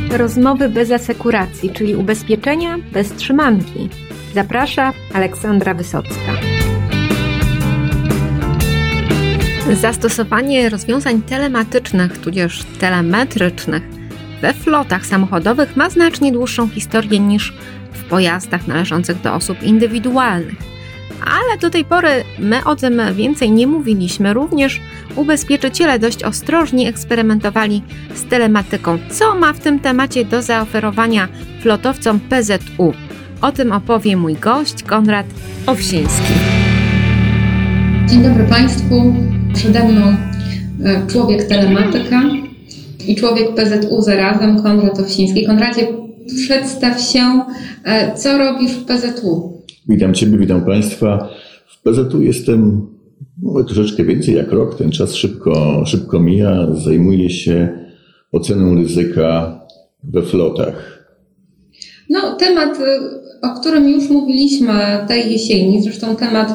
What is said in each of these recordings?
Rozmowy bez asekuracji, czyli ubezpieczenia bez trzymanki. Zaprasza Aleksandra Wysocka. Zastosowanie rozwiązań telematycznych, tudzież telemetrycznych we flotach samochodowych ma znacznie dłuższą historię niż w pojazdach należących do osób indywidualnych. Ale do tej pory my o tym więcej nie mówiliśmy. Również ubezpieczyciele dość ostrożnie eksperymentowali z telematyką. Co ma w tym temacie do zaoferowania flotowcom PZU? O tym opowie mój gość, Konrad Owsiński. Dzień dobry Państwu. Przede mną człowiek telematyka i człowiek PZU zarazem, Konrad Owsiński. Konradzie, przedstaw się, co robisz w PZU? Witam Ciebie, witam Państwa. W PZU jestem troszeczkę więcej jak rok. Ten czas szybko mija. Zajmuję się oceną ryzyka we flotach. No, temat, o którym już mówiliśmy tej jesieni, zresztą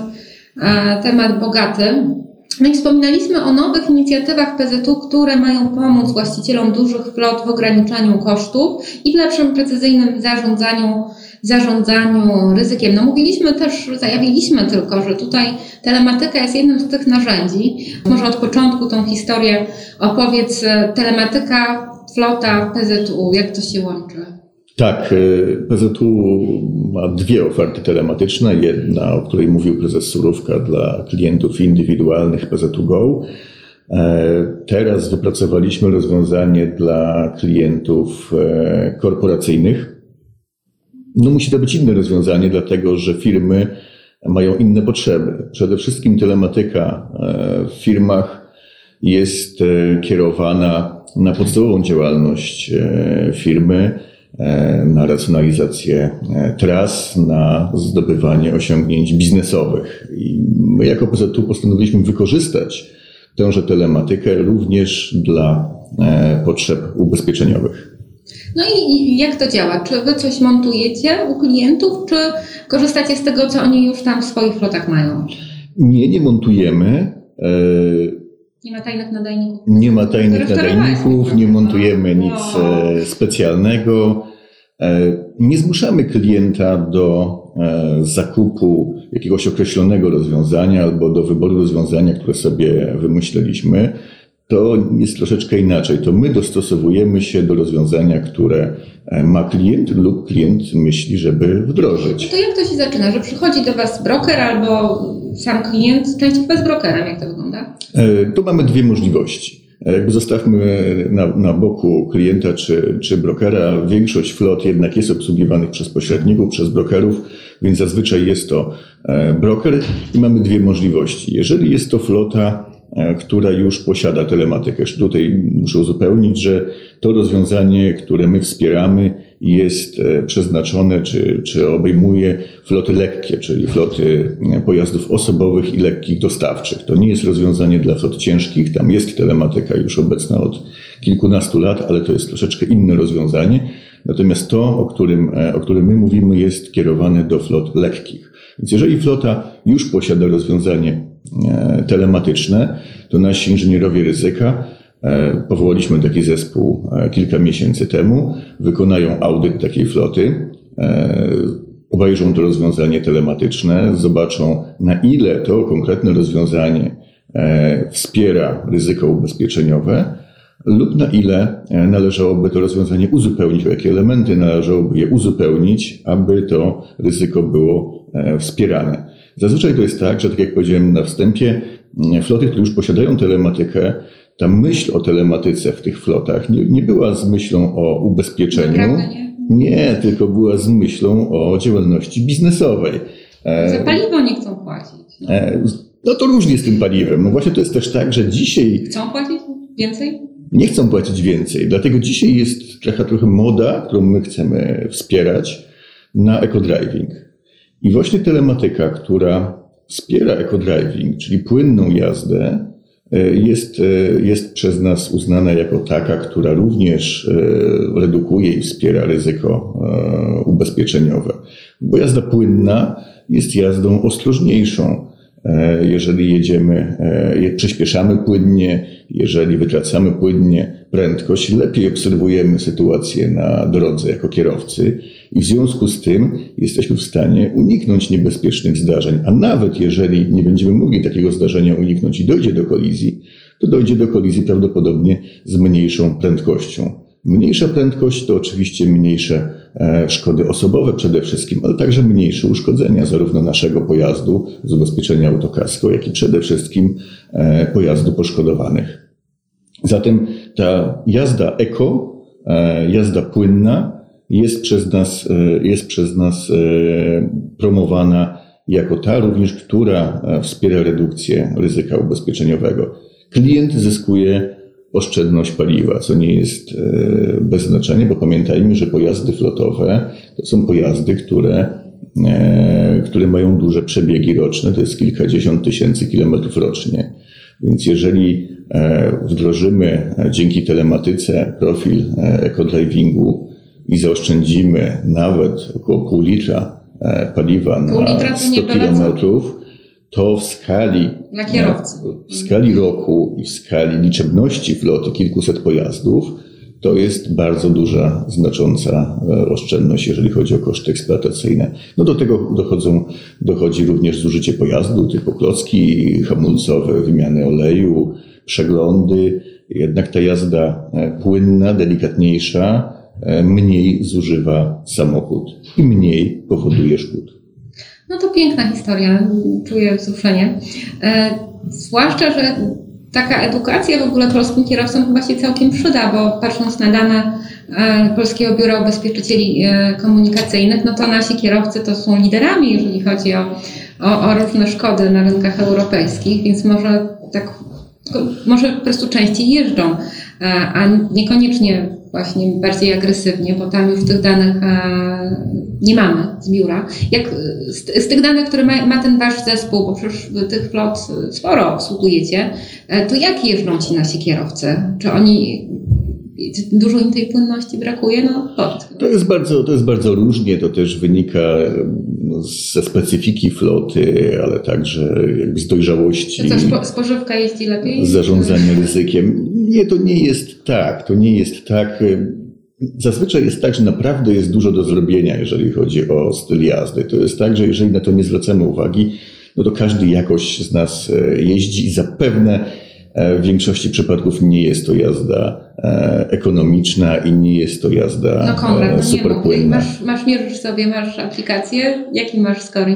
temat bogaty. No i wspominaliśmy o nowych inicjatywach PZU, które mają pomóc właścicielom dużych flot w ograniczaniu kosztów i w lepszym, precyzyjnym zarządzaniu ryzykiem. No mówiliśmy też, zajawiliśmy tylko, że tutaj telematyka jest jednym z tych narzędzi. Może od początku tą historię opowiedz. Telematyka, flota, PZU, jak to się łączy? Tak, PZU ma dwie oferty telematyczne. Jedna, o której mówił prezes Surówka, dla klientów indywidualnych PZU Go. Teraz wypracowaliśmy rozwiązanie dla klientów korporacyjnych. No musi to być inne rozwiązanie, dlatego że firmy mają inne potrzeby. Przede wszystkim telematyka w firmach jest kierowana na podstawową działalność firmy, na racjonalizację tras, na zdobywanie osiągnięć biznesowych. I my jako PZU postanowiliśmy wykorzystać tęże telematykę również dla potrzeb ubezpieczeniowych. No i jak to działa? Czy wy coś montujecie u klientów, czy korzystacie z tego, co oni już tam w swoich flotach mają? Nie montujemy. Nie ma tajnych nadajników? Nie ma tajnych nadajników, nie montujemy nic specjalnego. Nie zmuszamy klienta do zakupu jakiegoś określonego rozwiązania albo do wyboru rozwiązania, które sobie wymyśleliśmy. To jest troszeczkę inaczej. To my dostosowujemy się do rozwiązania, które ma klient lub klient myśli, żeby wdrożyć. To jak to się zaczyna? Że przychodzi do Was broker albo sam klient, częściej chyba z brokerem? Jak to wygląda? Tu mamy dwie możliwości. Jakby zostawmy na boku klienta czy brokera. Większość flot jednak jest obsługiwanych przez pośredników, przez brokerów, więc zazwyczaj jest to broker i mamy dwie możliwości. Jeżeli jest to flota, która już posiada telematykę. Tutaj muszę uzupełnić, że to rozwiązanie, które my wspieramy, jest przeznaczone czy obejmuje floty lekkie, czyli floty pojazdów osobowych i lekkich dostawczych. To nie jest rozwiązanie dla flot ciężkich. Tam jest telematyka już obecna od kilkunastu lat, ale to jest troszeczkę inne rozwiązanie. Natomiast to, o którym my mówimy, jest kierowane do flot lekkich. Więc jeżeli flota już posiada rozwiązanie telematyczne, to nasi inżynierowie ryzyka, powołaliśmy taki zespół kilka miesięcy temu, wykonają audyt takiej floty, obejrzą to rozwiązanie telematyczne, zobaczą, na ile to konkretne rozwiązanie wspiera ryzyko ubezpieczeniowe lub na ile należałoby to rozwiązanie uzupełnić, o jakie elementy należałoby je uzupełnić, aby to ryzyko było wspierane. Zazwyczaj to jest tak, że tak jak powiedziałem na wstępie, floty, które już posiadają telematykę, ta myśl o telematyce w tych flotach nie była z myślą o ubezpieczeniu. Naprawdę nie? Nie, tylko była z myślą o działalności biznesowej. Za paliwo nie chcą płacić. No to różnie z tym paliwem. No właśnie to jest też tak, że dzisiaj... Chcą płacić więcej? Nie chcą płacić więcej. Dlatego dzisiaj jest trochę moda, którą my chcemy wspierać, na eco-driving. I właśnie telematyka, która wspiera eco-driving, czyli płynną jazdę, jest przez nas uznana jako taka, która również redukuje i wspiera ryzyko ubezpieczeniowe. Bo jazda płynna jest jazdą ostrożniejszą. jeżeli jedziemy, przyspieszamy płynnie, jeżeli wykracamy płynnie prędkość, lepiej obserwujemy sytuację na drodze jako kierowcy i w związku z tym jesteśmy w stanie uniknąć niebezpiecznych zdarzeń, a nawet jeżeli nie będziemy mogli takiego zdarzenia uniknąć i dojdzie do kolizji, to dojdzie do kolizji prawdopodobnie z mniejszą prędkością. Mniejsza prędkość to oczywiście mniejsze szkody osobowe przede wszystkim, ale także mniejsze uszkodzenia zarówno naszego pojazdu z ubezpieczenia autokasko, jak i przede wszystkim pojazdu poszkodowanych. Zatem ta jazda eko, jazda płynna jest przez nas promowana jako ta również, która wspiera redukcję ryzyka ubezpieczeniowego. Klient zyskuje oszczędność paliwa, co nie jest bez znaczenia, bo pamiętajmy, że pojazdy flotowe to są pojazdy, które mają duże przebiegi roczne, to jest kilkadziesiąt tysięcy kilometrów rocznie. Więc jeżeli wdrożymy dzięki telematyce profil eco-drivingu i zaoszczędzimy nawet około pół litra paliwa na 100 kilometrów, to w skali roku i w skali liczebności floty kilkuset pojazdów to jest bardzo duża, znacząca oszczędność, jeżeli chodzi o koszty eksploatacyjne. No do tego dochodzi również zużycie pojazdu typu klocki hamulcowe, wymiany oleju, przeglądy. Jednak ta jazda płynna, delikatniejsza, mniej zużywa samochód i mniej powoduje szkód. No to piękna historia, czuję wzruszenie. Zwłaszcza, że taka edukacja w ogóle polskim kierowcom chyba się całkiem przyda, bo patrząc na dane Polskiego Biura Ubezpieczycieli Komunikacyjnych, no to nasi kierowcy to są liderami, jeżeli chodzi o różne szkody na rynkach europejskich, więc może po prostu częściej jeżdżą, a niekoniecznie właśnie bardziej agresywnie, bo tam już tych danych nie mamy z biura. Jak z tych danych, które ma ten wasz zespół, bo przecież tych flot sporo obsługujecie, to jak jeżdżą ci nasi kierowcy? Czy dużo im tej płynności brakuje? To jest bardzo różnie, to też wynika ze specyfiki floty, ale także jakby z dojrzałości. To co, spożywka jeździ lepiej? Zarządzania ryzykiem. Nie, to nie jest tak. Zazwyczaj jest tak, że naprawdę jest dużo do zrobienia, jeżeli chodzi o styl jazdy. To jest tak, że jeżeli na to nie zwracamy uwagi, no to każdy jakoś z nas jeździ i zapewne w większości przypadków nie jest to jazda ekonomiczna i nie jest to jazda superpłynna. Mierzysz sobie, masz aplikację. Jaki masz scoring?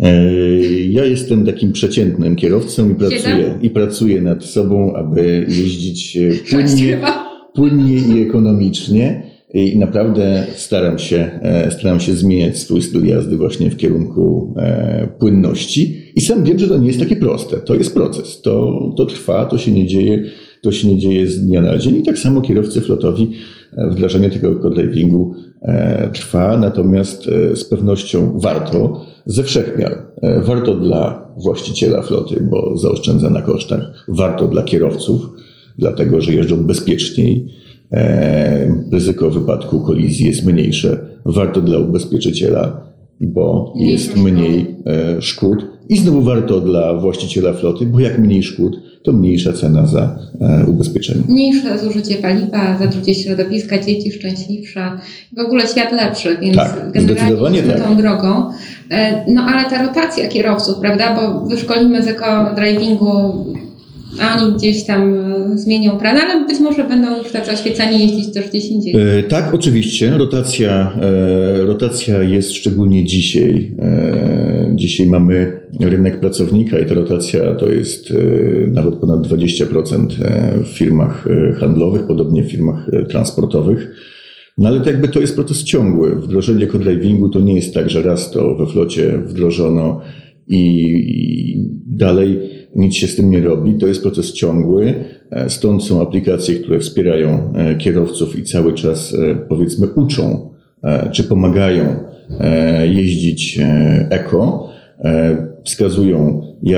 Ja jestem takim przeciętnym kierowcą i pracuję nad sobą, aby jeździć płynnie i ekonomicznie. I naprawdę staram się zmieniać swój styl jazdy właśnie w kierunku płynności. I sam wiem, że to nie jest takie proste. To jest proces. To trwa, to się nie dzieje z dnia na dzień. I tak samo kierowcy flotowi wdrażanie tego eco-drivingu trwa, natomiast z pewnością warto ze wszech miar. Warto dla właściciela floty, bo zaoszczędza na kosztach. Warto dla kierowców, dlatego że jeżdżą bezpieczniej. Ryzyko wypadku kolizji jest mniejsze. Warto dla ubezpieczyciela, bo jest mniej szkód. I znowu warto dla właściciela floty, bo jak mniej szkód, to mniejsza cena za ubezpieczenie. Mniejsze zużycie paliwa, zatrucie środowiska, dzieci szczęśliwsze, w ogóle świat lepszy, więc generalnie tą drogą. No ale ta rotacja kierowców, prawda, bo wyszkolimy z eco-drivingu, a oni gdzieś tam zmienią plan, ale być może będą już tacy oświecani jeździć też gdzieś indziej. Tak, oczywiście. Rotacja jest szczególnie dzisiaj. Dzisiaj mamy rynek pracownika i ta rotacja to jest nawet ponad 20% w firmach handlowych, podobnie w firmach transportowych. No ale to jest proces ciągły. Wdrożenie eco-drivingu to nie jest tak, że raz to we flocie wdrożono i dalej nic się z tym nie robi. To jest proces ciągły. Stąd są aplikacje, które wspierają kierowców i cały czas, powiedzmy, uczą czy pomagają jeździć eko. Wskazują,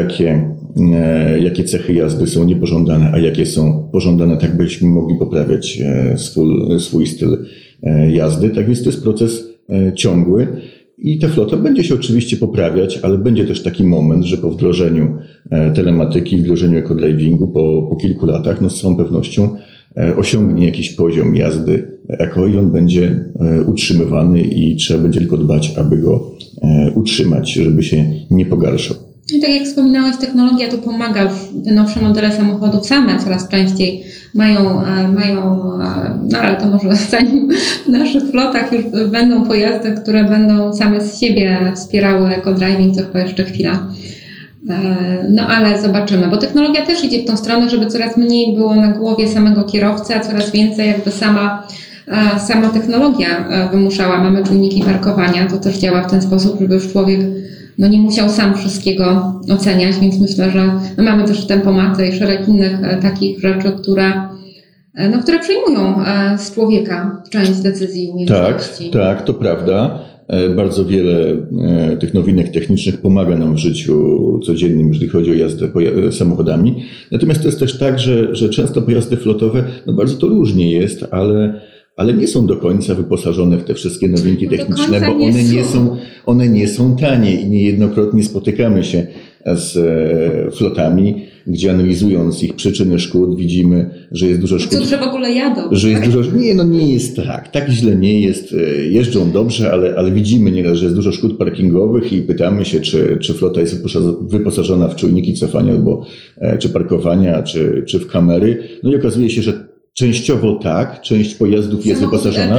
jakie cechy jazdy są niepożądane, a jakie są pożądane, tak byśmy mogli poprawiać swój styl jazdy. Tak więc to jest proces ciągły I ta flota będzie się oczywiście poprawiać, ale będzie też taki moment, że po wdrożeniu telematyki, wdrożeniu eco-drivingu po kilku latach, z całą pewnością osiągnie jakiś poziom jazdy eko i on będzie utrzymywany i trzeba będzie tylko dbać, aby go utrzymać, żeby się nie pogarszał. I tak jak wspominałeś, technologia tu pomaga. Już te nowsze modele samochodów same coraz częściej mają, no ale to może zanim w naszych flotach już będą pojazdy, które będą same z siebie wspierały eco-driving, to chyba jeszcze chwila. No ale zobaczymy, bo technologia też idzie w tą stronę, żeby coraz mniej było na głowie samego kierowcy, a coraz więcej jakby sama technologia wymuszała. Mamy czujniki parkowania, to też działa w ten sposób, żeby już człowiek nie musiał sam wszystkiego oceniać, więc myślę, że mamy też tempomaty i szereg innych takich rzeczy, które przejmują z człowieka część decyzji i umiejętności. Tak, to prawda. Bardzo wiele tych nowinek technicznych pomaga nam w życiu codziennym, jeżeli chodzi o jazdę samochodami. Natomiast to jest też tak, że często pojazdy flotowe, bardzo to różnie jest, ale nie są do końca wyposażone w te wszystkie nowinki techniczne, bo one nie są tanie i niejednokrotnie spotykamy się z flotami, gdzie analizując ich przyczyny szkód widzimy, że jest dużo szkód. Że w ogóle jadą. Że jest dużo. Nie jest tak. Tak źle nie jest. Jeżdżą dobrze, ale widzimy nieraz, że jest dużo szkód parkingowych i pytamy się, czy flota jest wyposażona w czujniki cofania czy parkowania, czy w kamery. No i okazuje się, że częściowo tak, część pojazdów jest wyposażona,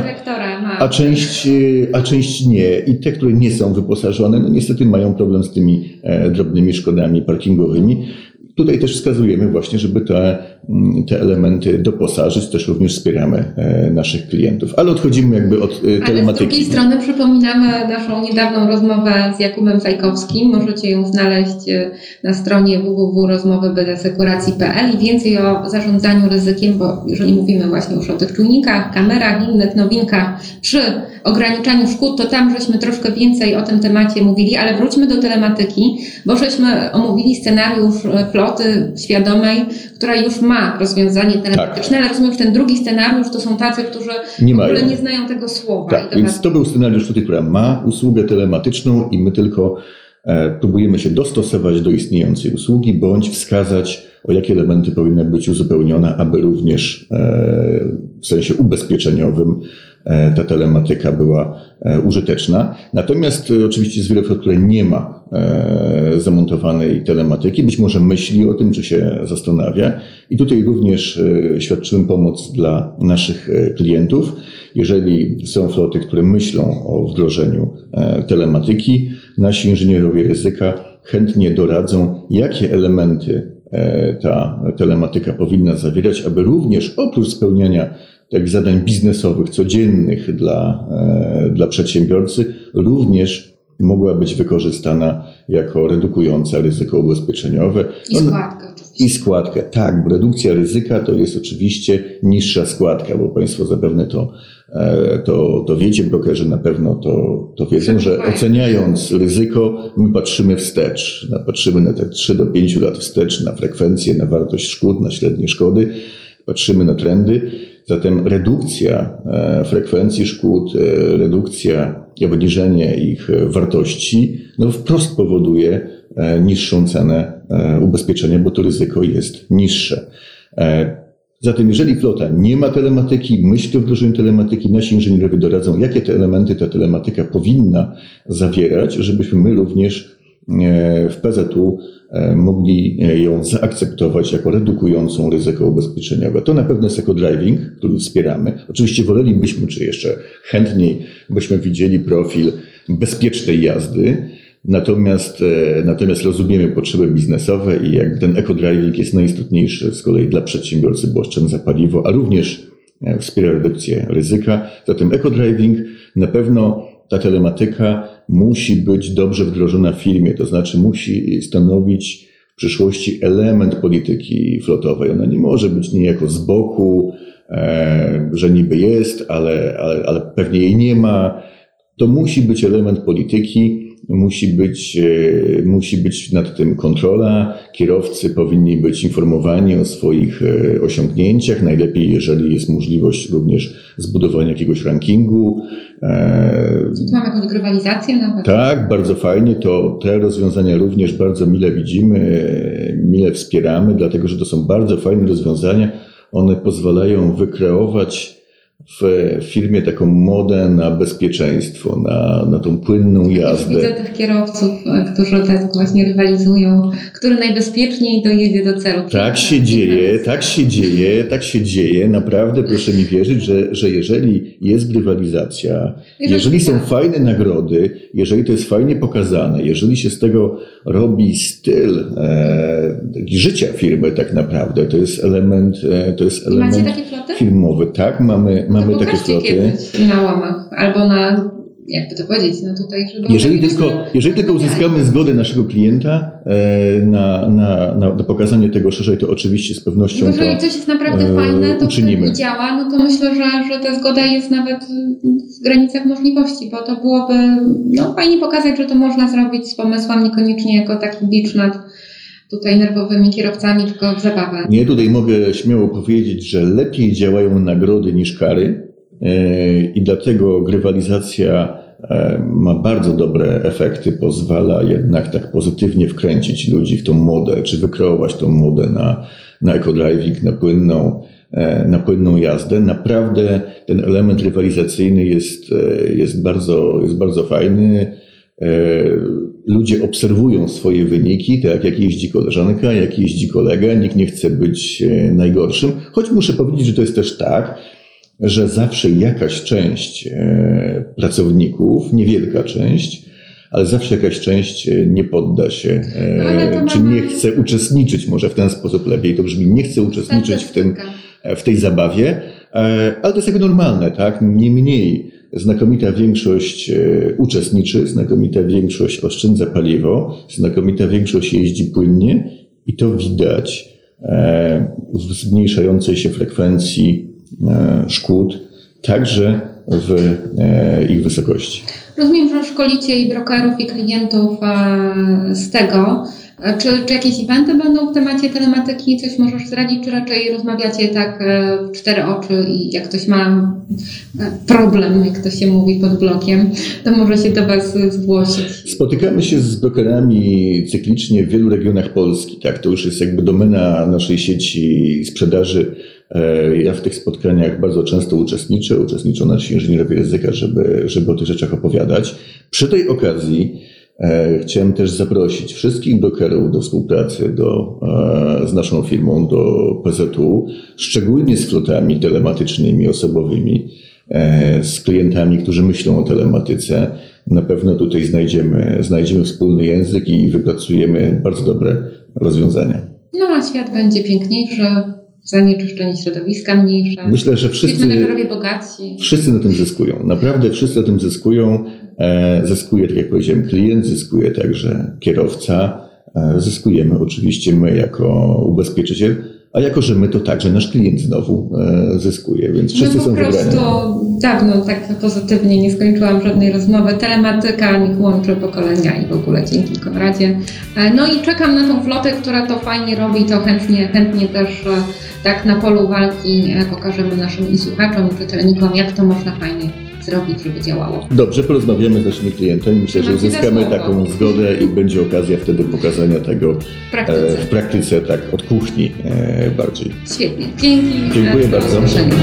a część nie. I te, które nie są wyposażone, niestety mają problem z tymi drobnymi szkodami parkingowymi. Tutaj też wskazujemy właśnie, żeby te elementy doposażyć. Też również wspieramy naszych klientów. Ale odchodzimy jakby od telematyki. Ale z drugiej strony przypominamy naszą niedawną rozmowę z Jakubem Fajkowskim. Możecie ją znaleźć na stronie www.rozmowybezsekuracji.pl i więcej o zarządzaniu ryzykiem, bo jeżeli mówimy właśnie już o tych czujnikach, kamerach, innych nowinkach przy ograniczaniu szkód, to tam żeśmy troszkę więcej o tym temacie mówili, ale wróćmy do telematyki, bo żeśmy omówili scenariusz floty świadomej, która już ma rozwiązanie telematyczne, ale rozumiem, że ten drugi scenariusz to są tacy, którzy w ogóle nie znają tego słowa. Tak, więc to był scenariusz floty, która ma usługę telematyczną i my tylko próbujemy się dostosować do istniejącej usługi, bądź wskazać, o jakie elementy powinna być uzupełniona, aby również w sensie ubezpieczeniowym ta telematyka była użyteczna. Natomiast oczywiście jest wiele flot, które nie ma zamontowanej telematyki, być może myśli o tym, czy się zastanawia. I tutaj również świadczymy pomoc dla naszych klientów. Jeżeli są floty, które myślą o wdrożeniu telematyki, nasi inżynierowie ryzyka chętnie doradzą, jakie elementy ta telematyka powinna zawierać, aby również oprócz spełniania tak zadań biznesowych, codziennych dla przedsiębiorcy, również mogła być wykorzystana jako redukująca ryzyko ubezpieczeniowe. I składkę, tak, bo redukcja ryzyka to jest oczywiście niższa składka, bo Państwo zapewne to wiecie, brokerzy na pewno to wiedzą, że oceniając ryzyko, my patrzymy wstecz. Patrzymy na te 3 do 5 lat wstecz, na frekwencję, na wartość szkód, na średnie szkody, patrzymy na trendy. Zatem redukcja frekwencji szkód, redukcja i obniżenie ich wartości wprost powoduje niższą cenę ubezpieczenia, bo to ryzyko jest niższe. Zatem jeżeli flota nie ma telematyki, myśli o wdrożeniu telematyki, nasi inżynierowie doradzą, jakie te elementy ta telematyka powinna zawierać, żebyśmy my również w PZU mogli ją zaakceptować jako redukującą ryzyko ubezpieczeniowe. To na pewno jest eco-driving, który wspieramy. Oczywiście wolelibyśmy, czy jeszcze chętniej byśmy widzieli profil bezpiecznej jazdy, natomiast rozumiemy potrzeby biznesowe i jakby ten eco-driving jest najistotniejszy z kolei dla przedsiębiorcy, bo oszczędza paliwo, a również wspiera redukcję ryzyka. Zatem eco-driving na pewno ta telematyka musi być dobrze wdrożona w firmie, to znaczy musi stanowić w przyszłości element polityki flotowej. Ona nie może być niejako z boku, że niby jest, ale pewnie jej nie ma. To musi być element polityki musi być nad tym kontrola. Kierowcy powinni być informowani o swoich osiągnięciach. Najlepiej, jeżeli jest możliwość również zbudowania jakiegoś rankingu. Tu mamy jakąś grywalizację nawet? Tak, bardzo fajnie. To te rozwiązania również bardzo mile widzimy, mile wspieramy, dlatego że to są bardzo fajne rozwiązania. One pozwalają wykreować w firmie taką modę na bezpieczeństwo, na tą płynną jazdę. Widzę tych kierowców, którzy tak właśnie rywalizują, który najbezpieczniej dojedzie do celu. Tak się dzieje. Naprawdę proszę mi wierzyć, że jeżeli jest grywalizacja, jeżeli są fajne nagrody, jeżeli to jest fajnie pokazane, jeżeli się z tego robi styl życia firmy tak naprawdę, to jest element macie takie floty? Firmowy. Tak, mamy takie floty. Kiedyś na łamach albo na, jakby to powiedzieć, no tutaj, żeby... Jeżeli tylko uzyskamy zgodę naszego klienta na pokazanie tego szerzej, to oczywiście z pewnością to jeżeli coś jest naprawdę fajne, to uczynimy. I działa, no to myślę, że ta zgoda jest nawet w granicach możliwości, bo to byłoby fajnie pokazać, że to można zrobić z pomysłem, niekoniecznie jako taki bicz nad tutaj nerwowymi kierowcami, tylko w zabawę. Nie, tutaj mogę śmiało powiedzieć, że lepiej działają nagrody niż kary i dlatego grywalizacja ma bardzo dobre efekty, pozwala jednak tak pozytywnie wkręcić ludzi w tą modę, czy wykreować tą modę na eco-driving, na płynną jazdę. Naprawdę ten element rywalizacyjny jest bardzo fajny. Ludzie obserwują swoje wyniki, tak jak jeździ koleżanka, jak jeździ kolega, nikt nie chce być najgorszym, choć muszę powiedzieć, że to jest też tak, że zawsze jakaś część pracowników, niewielka część, ale zawsze jakaś część nie podda się, czy nie chce uczestniczyć, może w ten sposób lepiej to brzmi, nie chce uczestniczyć w tej zabawie, ale to jest jakby normalne, tak? Niemniej znakomita większość uczestniczy, znakomita większość oszczędza paliwo, znakomita większość jeździ płynnie i to widać w zmniejszającej się frekwencji szkód, także w ich wysokości. Rozumiem, że szkolicie i brokerów, i klientów z tego. Czy jakieś eventy będą w temacie telematyki? Coś możesz zdradzić, czy raczej rozmawiacie tak w cztery oczy i jak ktoś ma problem, jak to się mówi pod blokiem, to może się do Was zgłosić? Spotykamy się z brokerami cyklicznie w wielu regionach Polski. Tak, to już jest jakby domena naszej sieci sprzedaży. Ja w tych spotkaniach bardzo często uczestniczą nasi inżynierowie ryzyka, żeby o tych rzeczach opowiadać. Przy tej okazji chciałem też zaprosić wszystkich brokerów do współpracy z naszą firmą, do PZU, szczególnie z flotami telematycznymi, osobowymi, z klientami, którzy myślą o telematyce. Na pewno tutaj znajdziemy wspólny język i wypracujemy bardzo dobre rozwiązania. No a świat będzie piękniejszy, zanieczyszczenie środowiska mniejsze. Myślę, że wszyscy na tym zyskują. Naprawdę wszyscy na tym zyskują. Zyskuje, tak jak powiedziałem, klient, zyskuje także kierowca. Zyskujemy oczywiście my jako ubezpieczyciel, a jako, że my, to także nasz klient znowu zyskuje, więc wszyscy są wygrani. Po prostu dawno tak pozytywnie nie skończyłam żadnej rozmowy. Telematyka niech łączy pokolenia i w ogóle dzięki Konradzie. No i czekam na tą flotę, która to fajnie robi, to chętnie też tak na polu walki pokażemy naszym i słuchaczom, i czytelnikom, jak to można fajnie zrobić, żeby działało. Dobrze, porozmawiamy z naszymi klientami. Myślę, że uzyskamy taką zgodę i będzie okazja wtedy pokazania tego w praktyce, tak od kuchni bardziej. Świetnie. Dzięki. Dziękuję bardzo.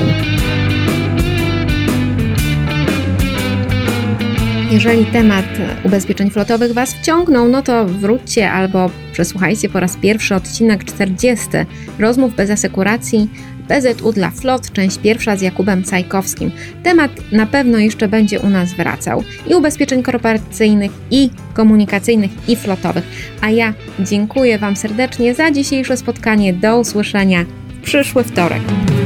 Jeżeli temat ubezpieczeń flotowych Was wciągnął, no to wróćcie albo przesłuchajcie po raz pierwszy odcinek 40 rozmów bez asekuracji PZU dla flot, część pierwsza z Jakubem Cajkowskim. Temat na pewno jeszcze będzie u nas wracał. I ubezpieczeń korporacyjnych, i komunikacyjnych, i flotowych. A ja dziękuję Wam serdecznie za dzisiejsze spotkanie. Do usłyszenia w przyszły wtorek.